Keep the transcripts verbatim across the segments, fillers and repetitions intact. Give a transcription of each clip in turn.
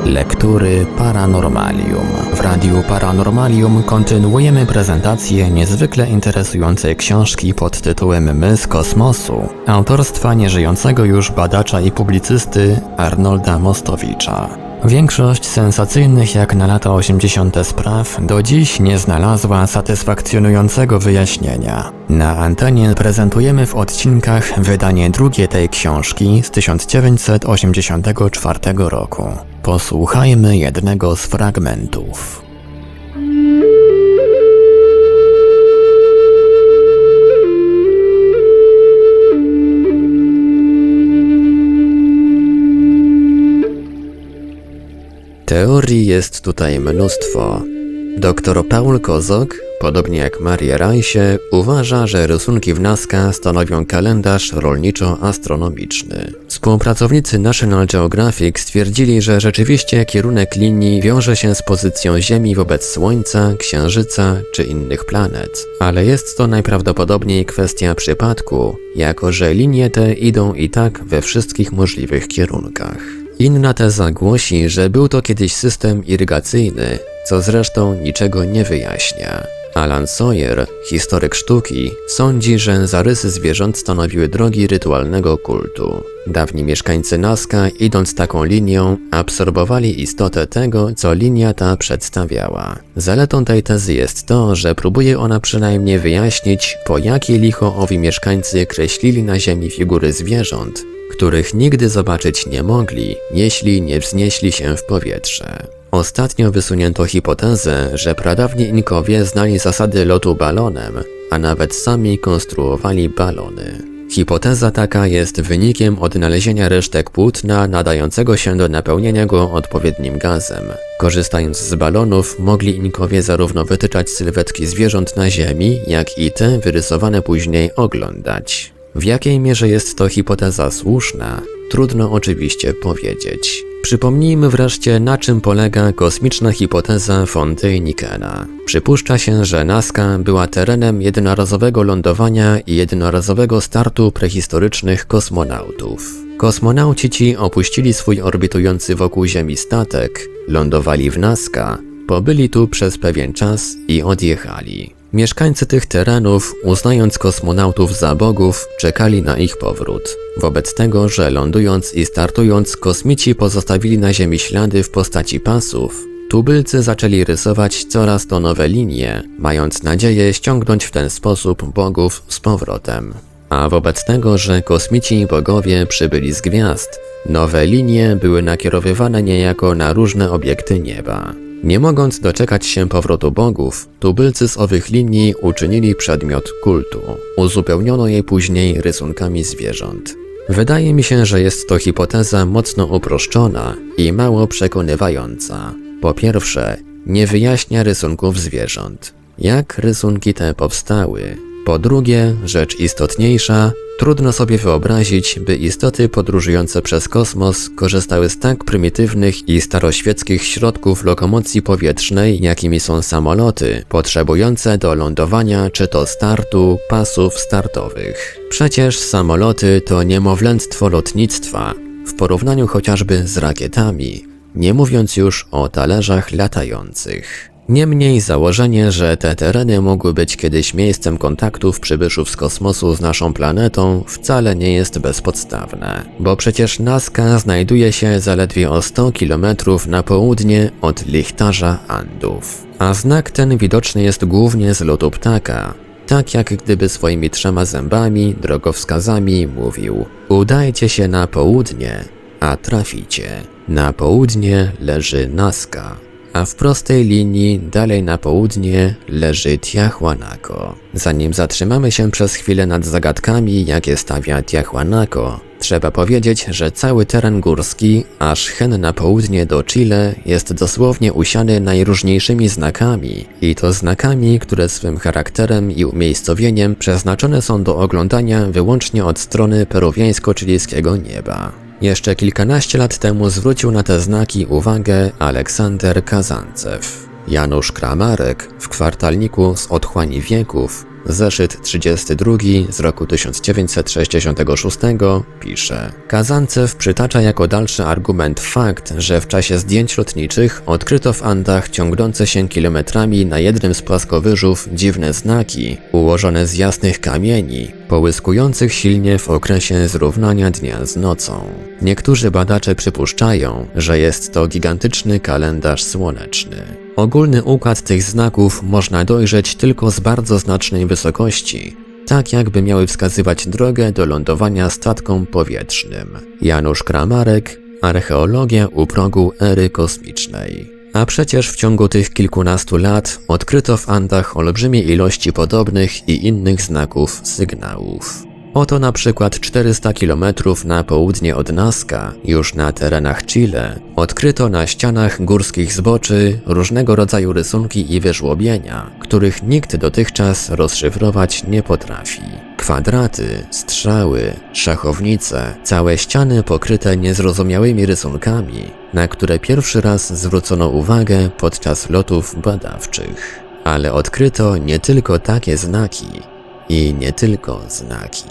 Lektury Paranormalium. W Radiu Paranormalium kontynuujemy prezentację niezwykle interesującej książki pod tytułem My z kosmosu, autorstwa nieżyjącego już badacza i publicysty Arnolda Mostowicza. Większość sensacyjnych jak na lata osiemdziesiąte spraw do dziś nie znalazła satysfakcjonującego wyjaśnienia. Na antenie prezentujemy w odcinkach wydanie drugie tej książki z tysiąc dziewięćset osiemdziesiątego czwartego roku. Posłuchajmy jednego z fragmentów. Teorii jest tutaj mnóstwo. Doktor Paul Kozok, podobnie jak Maria Rajsie, uważa, że rysunki w Nazca stanowią kalendarz rolniczo-astronomiczny. Współpracownicy National Geographic stwierdzili, że rzeczywiście kierunek linii wiąże się z pozycją Ziemi wobec Słońca, Księżyca czy innych planet. Ale jest to najprawdopodobniej kwestia przypadku, jako że linie te idą i tak we wszystkich możliwych kierunkach. Inna teza głosi, że był to kiedyś system irygacyjny, co zresztą niczego nie wyjaśnia. Alan Sawyer, historyk sztuki, sądzi, że zarysy zwierząt stanowiły drogi rytualnego kultu. Dawni mieszkańcy Nazca, idąc taką linią, absorbowali istotę tego, co linia ta przedstawiała. Zaletą tej tezy jest to, że próbuje ona przynajmniej wyjaśnić, po jakie licho owi mieszkańcy kreślili na ziemi figury zwierząt, których nigdy zobaczyć nie mogli, jeśli nie wznieśli się w powietrze. Ostatnio wysunięto hipotezę, że pradawni Inkowie znali zasady lotu balonem, a nawet sami konstruowali balony. Hipoteza taka jest wynikiem odnalezienia resztek płótna nadającego się do napełnienia go odpowiednim gazem. Korzystając z balonów, mogli Inkowie zarówno wytyczać sylwetki zwierząt na ziemi, jak i te wyrysowane później oglądać. W jakiej mierze jest to hipoteza słuszna, trudno oczywiście powiedzieć. Przypomnijmy wreszcie, na czym polega kosmiczna hipoteza Fontaine-Nikena. Przypuszcza się, że Nazca była terenem jednorazowego lądowania i jednorazowego startu prehistorycznych kosmonautów. Kosmonauci ci opuścili swój orbitujący wokół Ziemi statek, lądowali w Nazca, pobyli tu przez pewien czas i odjechali. Mieszkańcy tych terenów, uznając kosmonautów za bogów, czekali na ich powrót. Wobec tego, że lądując i startując, kosmici pozostawili na Ziemi ślady w postaci pasów, tubylcy zaczęli rysować coraz to nowe linie, mając nadzieję ściągnąć w ten sposób bogów z powrotem. A wobec tego, że kosmici i bogowie przybyli z gwiazd, nowe linie były nakierowywane niejako na różne obiekty nieba. Nie mogąc doczekać się powrotu bogów, tubylcy z owych linii uczynili przedmiot kultu. Uzupełniono je później rysunkami zwierząt. Wydaje mi się, że jest to hipoteza mocno uproszczona i mało przekonywająca. Po pierwsze, nie wyjaśnia rysunków zwierząt. Jak rysunki te powstały? Po drugie, rzecz istotniejsza, trudno sobie wyobrazić, by istoty podróżujące przez kosmos korzystały z tak prymitywnych i staroświeckich środków lokomocji powietrznej, jakimi są samoloty, potrzebujące do lądowania czy to startu pasów startowych. Przecież samoloty to niemowlęctwo lotnictwa, w porównaniu chociażby z rakietami, nie mówiąc już o talerzach latających. Niemniej założenie, że te tereny mogły być kiedyś miejscem kontaktów przybyszów z kosmosu z naszą planetą wcale nie jest bezpodstawne, bo przecież Nazca znajduje się zaledwie o sto kilometrów na południe od Lichtarza Andów, a znak ten widoczny jest głównie z lotu ptaka, tak jak gdyby swoimi trzema zębami, drogowskazami mówił: udajcie się na południe, a traficie. Na południe leży Nazca, a w prostej linii dalej na południe leży Tiahuanaco. Zanim zatrzymamy się przez chwilę nad zagadkami, jakie stawia Tiahuanaco, trzeba powiedzieć, że cały teren górski, aż hen na południe do Chile, jest dosłownie usiany najróżniejszymi znakami i to znakami, które swym charakterem i umiejscowieniem przeznaczone są do oglądania wyłącznie od strony peruwiańsko-chilijskiego nieba. Jeszcze kilkanaście lat temu zwrócił na te znaki uwagę Aleksander Kazantzew. Janusz Kramarek w kwartalniku z otchłani wieków, zeszyt trzydziesty drugi z roku tysiąc dziewięćset sześćdziesiątego szóstego pisze: Kazancew przytacza jako dalszy argument fakt, że w czasie zdjęć lotniczych odkryto w Andach ciągnące się kilometrami na jednym z płaskowyżów dziwne znaki, ułożone z jasnych kamieni, połyskujących silnie w okresie zrównania dnia z nocą. Niektórzy badacze przypuszczają, że jest to gigantyczny kalendarz słoneczny. Ogólny układ tych znaków można dojrzeć tylko z bardzo znacznej wysokości, tak jakby miały wskazywać drogę do lądowania statkom powietrznym. Janusz Kramarek, Archeologia u progu ery kosmicznej. A przecież w ciągu tych kilkunastu lat odkryto w Andach olbrzymie ilości podobnych i innych znaków sygnałów. Oto na przykład czterysta kilometrów na południe od Nazca, już na terenach Chile, odkryto na ścianach górskich zboczy różnego rodzaju rysunki i wyżłobienia, których nikt dotychczas rozszyfrować nie potrafi. Kwadraty, strzały, szachownice, całe ściany pokryte niezrozumiałymi rysunkami, na które pierwszy raz zwrócono uwagę podczas lotów badawczych. Ale odkryto nie tylko takie znaki, i nie tylko znaki.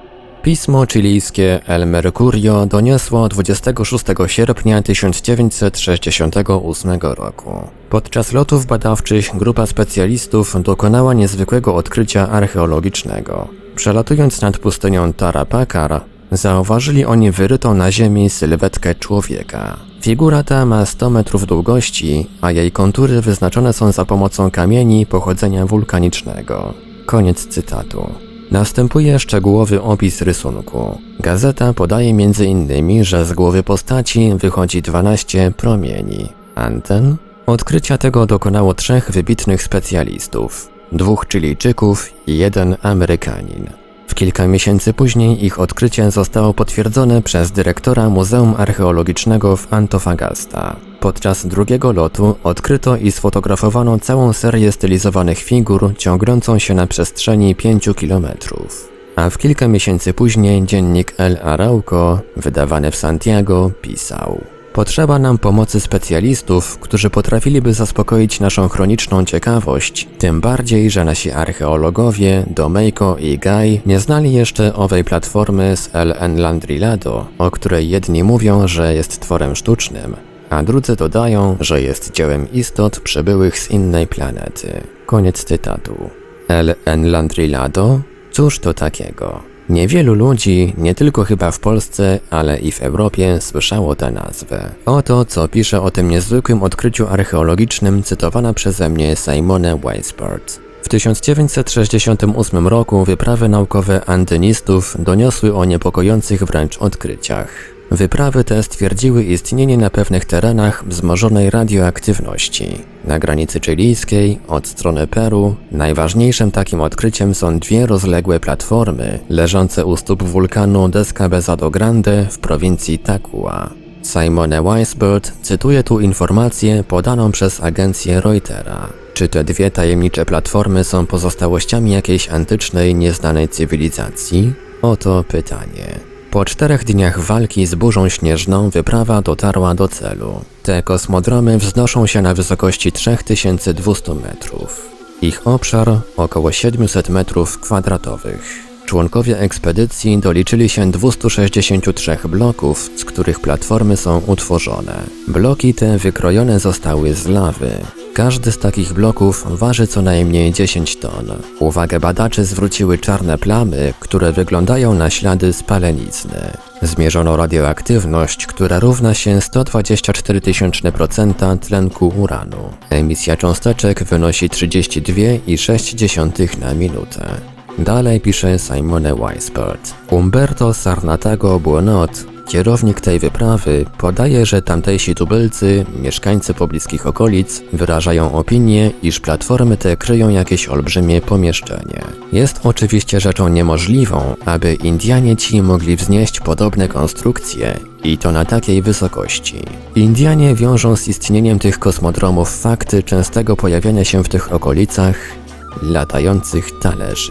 Pismo chilijskie El Mercurio doniosło dwudziestego szóstego sierpnia tysiąc dziewięćset sześćdziesiątego ósmego roku. Podczas lotów badawczych grupa specjalistów dokonała niezwykłego odkrycia archeologicznego. Przelatując nad pustynią Tarapacá, zauważyli oni wyrytą na ziemi sylwetkę człowieka. Figura ta ma sto metrów długości, a jej kontury wyznaczone są za pomocą kamieni pochodzenia wulkanicznego. Koniec cytatu. Następuje szczegółowy opis rysunku. Gazeta podaje między innymi, że z głowy postaci wychodzi dwanaście promieni. Anten? Odkrycia tego dokonało trzech wybitnych specjalistów. Dwóch Chilijczyków i jeden Amerykanin. W kilka miesięcy później ich odkrycie zostało potwierdzone przez dyrektora Muzeum Archeologicznego w Antofagasta. Podczas drugiego lotu odkryto i sfotografowano całą serię stylizowanych figur ciągnącą się na przestrzeni pięciu kilometrów. A w kilka miesięcy później dziennik El Arauco, wydawany w Santiago, pisał: Potrzeba nam pomocy specjalistów, którzy potrafiliby zaspokoić naszą chroniczną ciekawość, tym bardziej, że nasi archeologowie, Domeyko i Guy, nie znali jeszcze owej platformy z El Enlandrilado, o której jedni mówią, że jest tworem sztucznym, a drudzy dodają, że jest dziełem istot przybyłych z innej planety. Koniec cytatu. El Enlandrilado? Cóż to takiego? Niewielu ludzi, nie tylko chyba w Polsce, ale i w Europie, słyszało tę nazwę. Oto, co pisze o tym niezwykłym odkryciu archeologicznym cytowana przeze mnie Simone Weisbord. W tysiąc dziewięćset sześćdziesiątym ósmym roku wyprawy naukowe andynistów doniosły o niepokojących wręcz odkryciach. Wyprawy te stwierdziły istnienie na pewnych terenach wzmożonej radioaktywności. Na granicy chilijskiej, od strony Peru, najważniejszym takim odkryciem są dwie rozległe platformy leżące u stóp wulkanu Descabezado Grande w prowincji Tacua. Simone Weisbord cytuje tu informację podaną przez agencję Reutera. Czy te dwie tajemnicze platformy są pozostałościami jakiejś antycznej, nieznanej cywilizacji? Oto pytanie. Po czterech dniach walki z burzą śnieżną wyprawa dotarła do celu. Te kosmodromy wznoszą się na wysokości trzy tysiące dwieście metrów. Ich obszar około siedemset metrów kwadratowych. Członkowie ekspedycji doliczyli się dwieście sześćdziesiąt trzy bloków, z których platformy są utworzone. Bloki te wykrojone zostały z lawy. Każdy z takich bloków waży co najmniej dziesięć ton. Uwagę badaczy zwróciły czarne plamy, które wyglądają na ślady spalenizny. Zmierzono radioaktywność, która równa się sto dwadzieścia cztery tysiące procent tlenku uranu. Emisja cząsteczek wynosi trzydzieści dwa przecinek sześć na minutę. Dalej pisze Simone Weisbord. Umberto Sarnatago Buonot, kierownik tej wyprawy, podaje, że tamtejsi tubylcy, mieszkańcy pobliskich okolic, wyrażają opinię, iż platformy te kryją jakieś olbrzymie pomieszczenie. Jest oczywiście rzeczą niemożliwą, aby Indianie ci mogli wznieść podobne konstrukcje, i to na takiej wysokości. Indianie wiążą z istnieniem tych kosmodromów fakty częstego pojawiania się w tych okolicach latających talerzy.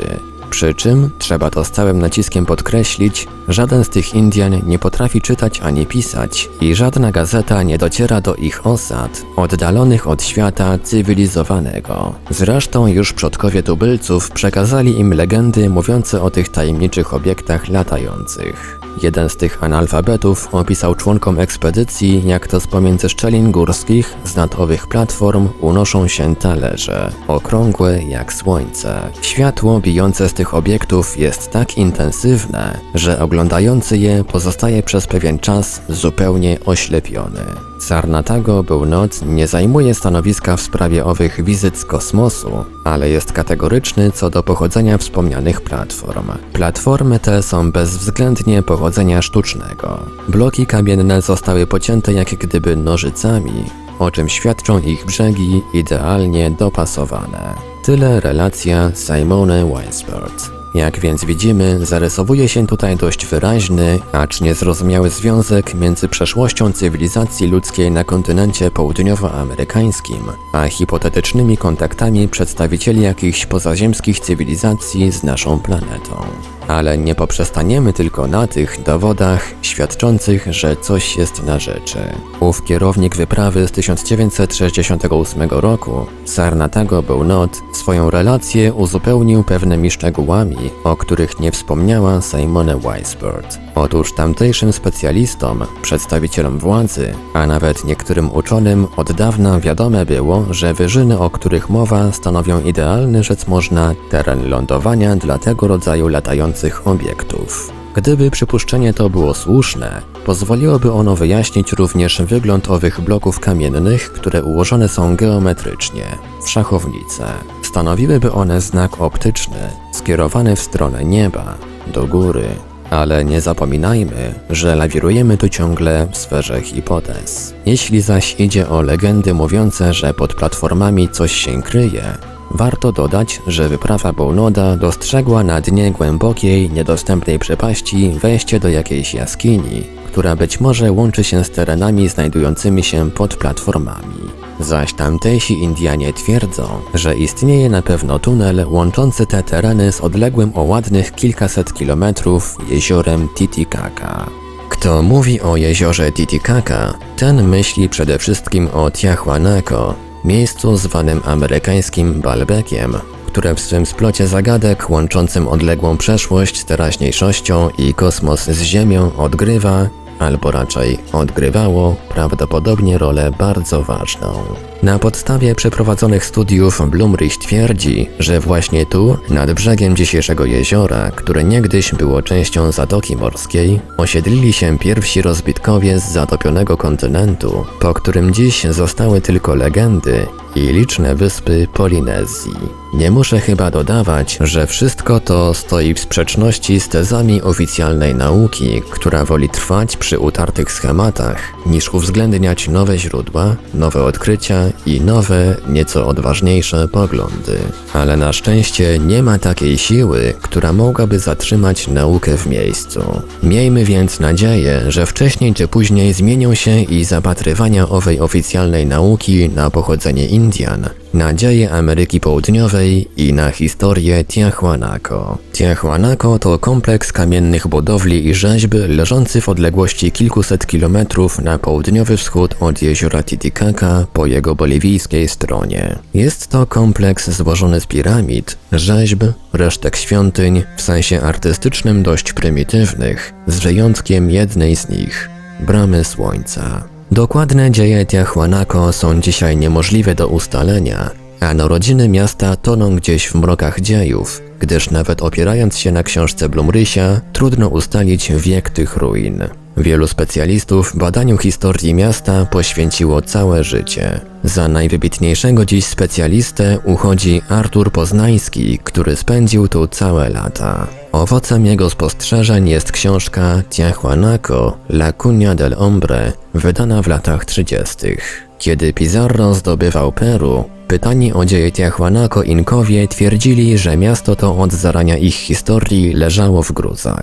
Przy czym, trzeba to z całym naciskiem podkreślić, żaden z tych Indian nie potrafi czytać ani pisać i żadna gazeta nie dociera do ich osad, oddalonych od świata cywilizowanego. Zresztą już przodkowie tubylców przekazali im legendy mówiące o tych tajemniczych obiektach latających. Jeden z tych analfabetów opisał członkom ekspedycji, jak to z pomiędzy szczelin górskich z nad owych platform unoszą się talerze, okrągłe jak słońce. Światło bijące z tych obiektów jest tak intensywne, że oglądający je pozostaje przez pewien czas zupełnie oślepiony. Sarnatago Beunot nie zajmuje stanowiska w sprawie owych wizyt z kosmosu, ale jest kategoryczny co do pochodzenia wspomnianych platform. Platformy te są bezwzględnie pochodzenia sztucznego. Bloki kamienne zostały pocięte jak gdyby nożycami, o czym świadczą ich brzegi idealnie dopasowane. Tyle relacja Simone Weisbord. Jak więc widzimy, zarysowuje się tutaj dość wyraźny, acz niezrozumiały związek między przeszłością cywilizacji ludzkiej na kontynencie południowoamerykańskim, a hipotetycznymi kontaktami przedstawicieli jakichś pozaziemskich cywilizacji z naszą planetą. Ale nie poprzestaniemy tylko na tych dowodach świadczących, że coś jest na rzeczy. Ów kierownik wyprawy z tysiąc dziewięćset sześćdziesiątego ósmego roku, Sarnatago Beunot, swoją relację uzupełnił pewnymi szczegółami, o których nie wspomniała Simone Weisbord. Otóż tamtejszym specjalistom, przedstawicielom władzy, a nawet niektórym uczonym od dawna wiadome było, że wyżyny, o których mowa, stanowią idealny, rzec można, teren lądowania dla tego rodzaju latających obiektów. Gdyby przypuszczenie to było słuszne, pozwoliłoby ono wyjaśnić również wygląd owych bloków kamiennych, które ułożone są geometrycznie, w szachownicę. Stanowiłyby one znak optyczny, skierowany w stronę nieba, do góry. Ale nie zapominajmy, że lawirujemy tu ciągle w sferze hipotez. Jeśli zaś idzie o legendy mówiące, że pod platformami coś się kryje, warto dodać, że wyprawa Beunota dostrzegła na dnie głębokiej, niedostępnej przepaści wejście do jakiejś jaskini, która być może łączy się z terenami znajdującymi się pod platformami. Zaś tamtejsi Indianie twierdzą, że istnieje na pewno tunel łączący te tereny z odległym o ładnych kilkaset kilometrów jeziorem Titicaca. Kto mówi o jeziorze Titicaca, ten myśli przede wszystkim o Tiahuanaco, miejscu zwanym amerykańskim Baalbekiem, które w swym splocie zagadek łączącym odległą przeszłość z teraźniejszością i kosmos z Ziemią odgrywa, albo raczej odgrywało, prawdopodobnie rolę bardzo ważną. Na podstawie przeprowadzonych studiów Blumrich twierdzi, że właśnie tu, nad brzegiem dzisiejszego jeziora, które niegdyś było częścią Zatoki Morskiej, osiedlili się pierwsi rozbitkowie z zatopionego kontynentu, po którym dziś zostały tylko legendy i liczne wyspy Polinezji. Nie muszę chyba dodawać, że wszystko to stoi w sprzeczności z tezami oficjalnej nauki, która woli trwać przy utartych schematach, niż uwzględniać nowe źródła, nowe odkrycia i nowe, nieco odważniejsze poglądy. Ale na szczęście nie ma takiej siły, która mogłaby zatrzymać naukę w miejscu. Miejmy więc nadzieję, że wcześniej czy później zmienią się i zapatrywania owej oficjalnej nauki na pochodzenie Indian, na dzieje Ameryki Południowej i na historię Tiahuanaco. Tiahuanaco to kompleks kamiennych budowli i rzeźb leżący w odległości kilkuset kilometrów na południowy wschód od jeziora Titicaca po jego boliwijskiej stronie. Jest to kompleks złożony z piramid, rzeźb, resztek świątyń, w sensie artystycznym dość prymitywnych, z wyjątkiem jednej z nich – Bramy Słońca. Dokładne dzieje Tiahuanaco są dzisiaj niemożliwe do ustalenia, a narodziny miasta toną gdzieś w mrokach dziejów, gdyż nawet opierając się na książce Blumricha, trudno ustalić wiek tych ruin. Wielu specjalistów badaniu historii miasta poświęciło całe życie. Za najwybitniejszego dziś specjalistę uchodzi Artur Poznański, który spędził tu całe lata. Owocem jego spostrzeżeń jest książka Tiahuanaco, La Cuna del Hombre, wydana w latach trzydziestych. Kiedy Pizarro zdobywał Peru, pytani o dzieje Tiahuanaco Inkowie twierdzili, że miasto to od zarania ich historii leżało w gruzach.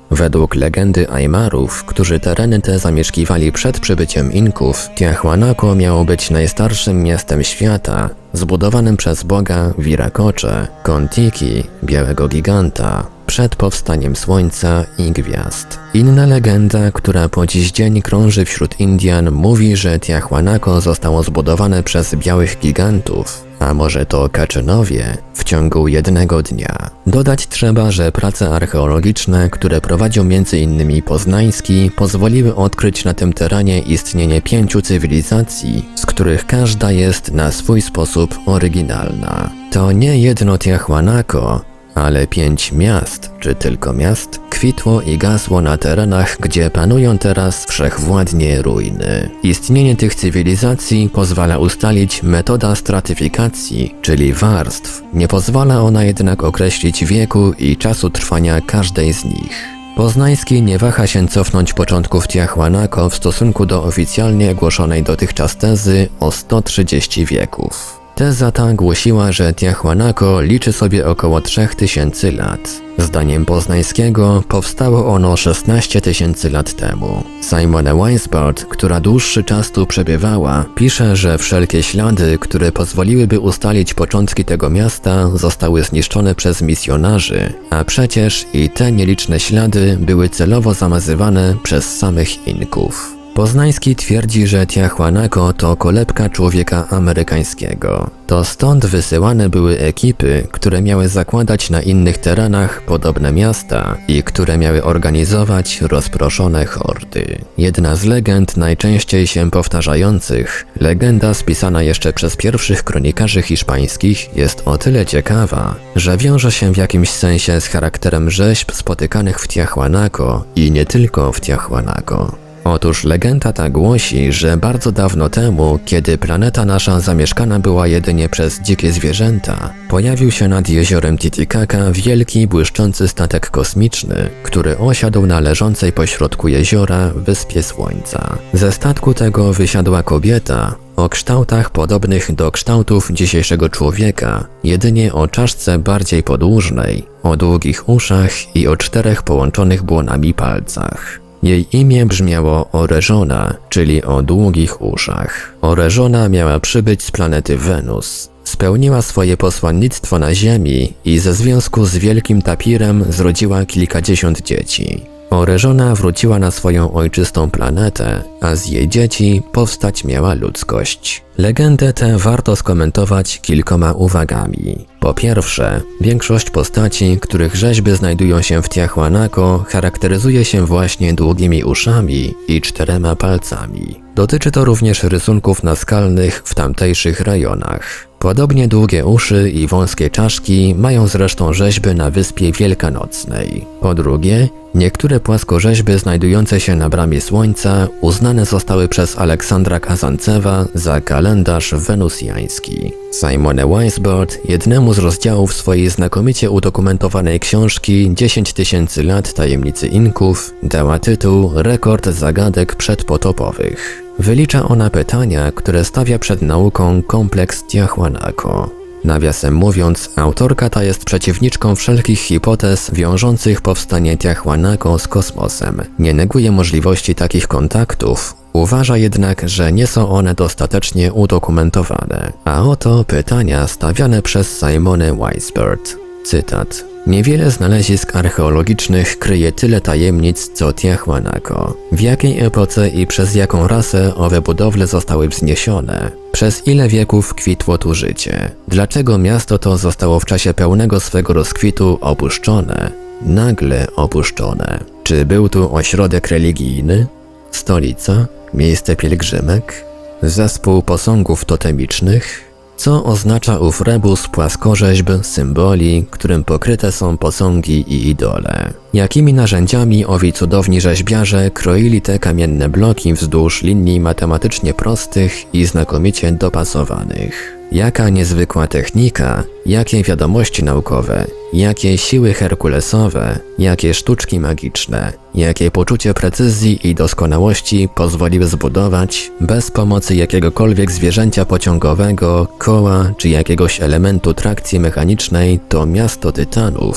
Według legendy Aymarów, którzy tereny te zamieszkiwali przed przybyciem Inków, Tiahuanaco miało być najstarszym miastem świata, zbudowanym przez boga Viracocha, Kon-Tiki, białego giganta, przed powstaniem słońca i gwiazd. Inna legenda, która po dziś dzień krąży wśród Indian, mówi, że Tiahuanaco zostało zbudowane przez białych gigantów, a może to Kaczynowie, w ciągu jednego dnia. Dodać trzeba, że prace archeologiczne, które prowadził między innymi Poznański, pozwoliły odkryć na tym terenie istnienie pięciu cywilizacji, z których każda jest na swój sposób oryginalna. To nie jedno Tiahuanaco, ale pięć miast, czy tylko miast, kwitło i gasło na terenach, gdzie panują teraz wszechwładnie ruiny. Istnienie tych cywilizacji pozwala ustalić metoda stratyfikacji, czyli warstw. Nie pozwala ona jednak określić wieku i czasu trwania każdej z nich. Poznański nie waha się cofnąć początków Tiahuanaco w stosunku do oficjalnie głoszonej dotychczas tezy o sto trzydzieści wieków. Teza ta głosiła, że Tiahuanaco liczy sobie około trzech tysięcy lat. Zdaniem Poznańskiego powstało ono szesnaście tysięcy lat temu. Simone Weisbord, która dłuższy czas tu przebywała, pisze, że wszelkie ślady, które pozwoliłyby ustalić początki tego miasta, zostały zniszczone przez misjonarzy, a przecież i te nieliczne ślady były celowo zamazywane przez samych Inków. Poznański twierdzi, że Tiahuanaco to kolebka człowieka amerykańskiego. To stąd wysyłane były ekipy, które miały zakładać na innych terenach podobne miasta i które miały organizować rozproszone hordy. Jedna z legend najczęściej się powtarzających, legenda spisana jeszcze przez pierwszych kronikarzy hiszpańskich, jest o tyle ciekawa, że wiąże się w jakimś sensie z charakterem rzeźb spotykanych w Tiahuanaco i nie tylko w Tiahuanaco. Otóż legenda ta głosi, że bardzo dawno temu, kiedy planeta nasza zamieszkana była jedynie przez dzikie zwierzęta, pojawił się nad jeziorem Titicaca wielki, błyszczący statek kosmiczny, który osiadł na leżącej pośrodku jeziora wyspie Słońca. Ze statku tego wysiadła kobieta o kształtach podobnych do kształtów dzisiejszego człowieka, jedynie o czaszce bardziej podłużnej, o długich uszach i o czterech połączonych błonami palcach. Jej imię brzmiało Oreżona, czyli o długich uszach. Oreżona miała przybyć z planety Wenus. Spełniła swoje posłannictwo na Ziemi i ze związku z wielkim tapirem zrodziła kilkadziesiąt dzieci. Oreżona wróciła na swoją ojczystą planetę, a z jej dzieci powstać miała ludzkość. Legendę tę warto skomentować kilkoma uwagami. Po pierwsze, większość postaci, których rzeźby znajdują się w Tiahuanaco, charakteryzuje się właśnie długimi uszami i czterema palcami. Dotyczy to również rysunków naskalnych w tamtejszych rejonach. Podobnie długie uszy i wąskie czaszki mają zresztą rzeźby na Wyspie Wielkanocnej. Po drugie, niektóre płaskorzeźby znajdujące się na Bramie Słońca uznane zostały przez Aleksandra Kazancewa za kalendarz wenusjański. Simone Weisbord jednemu z rozdziałów swojej znakomicie udokumentowanej książki dziesięć tysięcy lat tajemnicy Inków dała tytuł Rekord zagadek przedpotopowych. Wylicza ona pytania, które stawia przed nauką kompleks Tiahuanaco. Nawiasem mówiąc, autorka ta jest przeciwniczką wszelkich hipotez wiążących powstanie Tiahuanaco z kosmosem. Nie neguje możliwości takich kontaktów, uważa jednak, że nie są one dostatecznie udokumentowane. A oto pytania stawiane przez Simone Weisbord. Cytat. Niewiele znalezisk archeologicznych kryje tyle tajemnic co Tiahuanaco. W jakiej epoce i przez jaką rasę owe budowle zostały wzniesione? Przez ile wieków kwitło tu życie? Dlaczego miasto to zostało w czasie pełnego swego rozkwitu opuszczone? Nagle opuszczone. Czy był tu ośrodek religijny? Stolica? Miejsce pielgrzymek? Zespół posągów totemicznych? Co oznacza ów rebus płaskorzeźb, symboli, którym pokryte są posągi i idole? Jakimi narzędziami owi cudowni rzeźbiarze kroili te kamienne bloki wzdłuż linii matematycznie prostych i znakomicie dopasowanych? Jaka niezwykła technika, jakie wiadomości naukowe, jakie siły herkulesowe, jakie sztuczki magiczne, jakie poczucie precyzji i doskonałości pozwoliły zbudować, bez pomocy jakiegokolwiek zwierzęcia pociągowego, koła czy jakiegoś elementu trakcji mechanicznej, to miasto tytanów,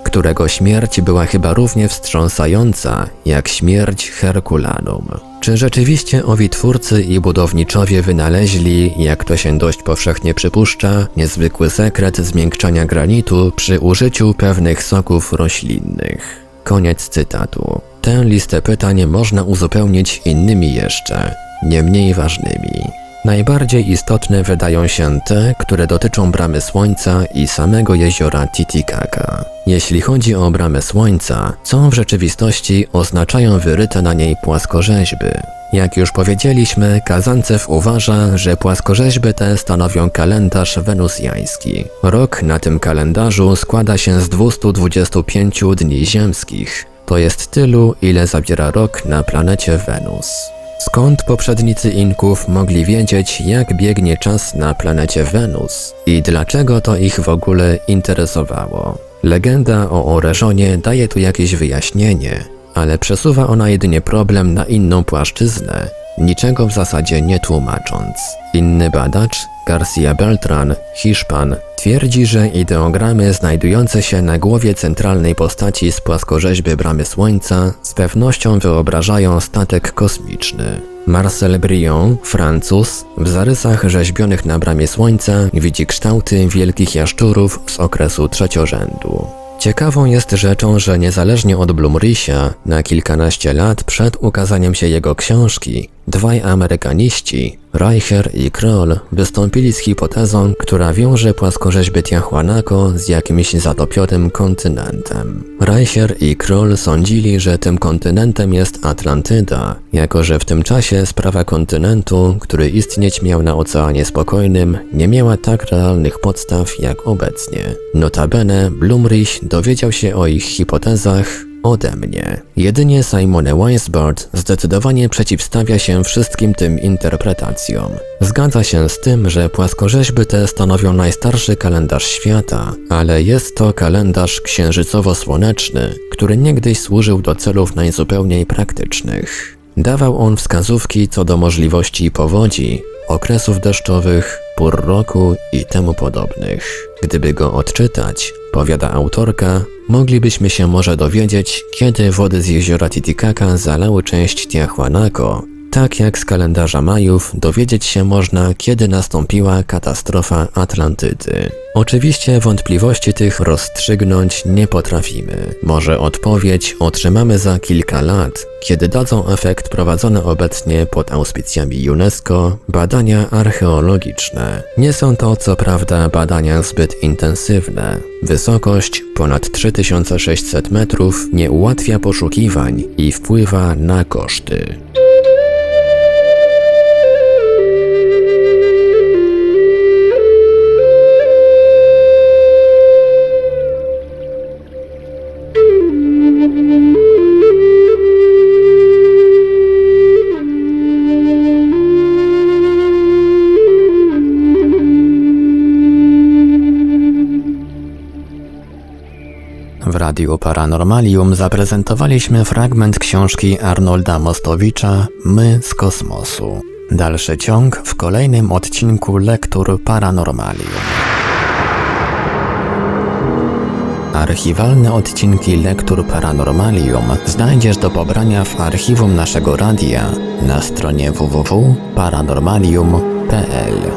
którego śmierć była chyba równie wstrząsająca jak śmierć Herkulanum. Czy rzeczywiście owi twórcy i budowniczowie wynaleźli, jak to się dość powszechnie przypuszcza, niezwykły sekret zmiękczania granitu przy użyciu pewnych soków roślinnych? Koniec cytatu. Tę listę pytań można uzupełnić innymi jeszcze, nie mniej ważnymi. Najbardziej istotne wydają się te, które dotyczą Bramy Słońca i samego jeziora Titicaca. Jeśli chodzi o Bramę Słońca, co w rzeczywistości oznaczają wyryte na niej płaskorzeźby? Jak już powiedzieliśmy, Kazancew uważa, że płaskorzeźby te stanowią kalendarz wenusjański. Rok na tym kalendarzu składa się z dwustu dwudziestu pięciu dni ziemskich. To jest tylu, ile zabiera rok na planecie Wenus. Skąd poprzednicy Inków mogli wiedzieć, jak biegnie czas na planecie Wenus i dlaczego to ich w ogóle interesowało? Legenda o Oreżonie daje tu jakieś wyjaśnienie, ale przesuwa ona jedynie problem na inną płaszczyznę, niczego w zasadzie nie tłumacząc. Inny badacz, García Beltrán, Hiszpan, twierdzi, że ideogramy znajdujące się na głowie centralnej postaci z płaskorzeźby Bramy Słońca z pewnością wyobrażają statek kosmiczny. Marcel Brion, Francuz, w zarysach rzeźbionych na Bramie Słońca widzi kształty wielkich jaszczurów z okresu trzeciorzędu. Ciekawą jest rzeczą, że niezależnie od Blumricha, na kilkanaście lat przed ukazaniem się jego książki, dwaj amerykaniści, Reicher i Kroll, wystąpili z hipotezą, która wiąże płaskorzeźby Tiahuanaco z jakimś zatopionym kontynentem. Reicher i Kroll sądzili, że tym kontynentem jest Atlantyda, jako że w tym czasie sprawa kontynentu, który istnieć miał na Oceanie Spokojnym, nie miała tak realnych podstaw jak obecnie. Notabene Blumrich dowiedział się o ich hipotezach ode mnie. Jedynie Simon Weisbord zdecydowanie przeciwstawia się wszystkim tym interpretacjom. Zgadza się z tym, że płaskorzeźby te stanowią najstarszy kalendarz świata, ale jest to kalendarz księżycowo-słoneczny, który niegdyś służył do celów najzupełniej praktycznych. Dawał on wskazówki co do możliwości powodzi, okresów deszczowych, pór roku i temu podobnych. Gdyby go odczytać, powiada autorka, moglibyśmy się może dowiedzieć, kiedy wody z jeziora Titicaca zalały część Tiahuanaco, tak jak z kalendarza Majów dowiedzieć się można, kiedy nastąpiła katastrofa Atlantydy. Oczywiście wątpliwości tych rozstrzygnąć nie potrafimy. Może odpowiedź otrzymamy za kilka lat, kiedy dadzą efekt prowadzone obecnie pod auspicjami UNESCO badania archeologiczne. Nie są to co prawda badania zbyt intensywne. Wysokość ponad trzy tysiące sześćset metrów nie ułatwia poszukiwań i wpływa na koszty. W Radiu Paranormalium zaprezentowaliśmy fragment książki Arnolda Mostowicza My z kosmosu. Dalszy ciąg w kolejnym odcinku Lektur Paranormalium. Archiwalne odcinki Lektur Paranormalium znajdziesz do pobrania w archiwum naszego radia na stronie w w w kropka paranormalium kropka p l.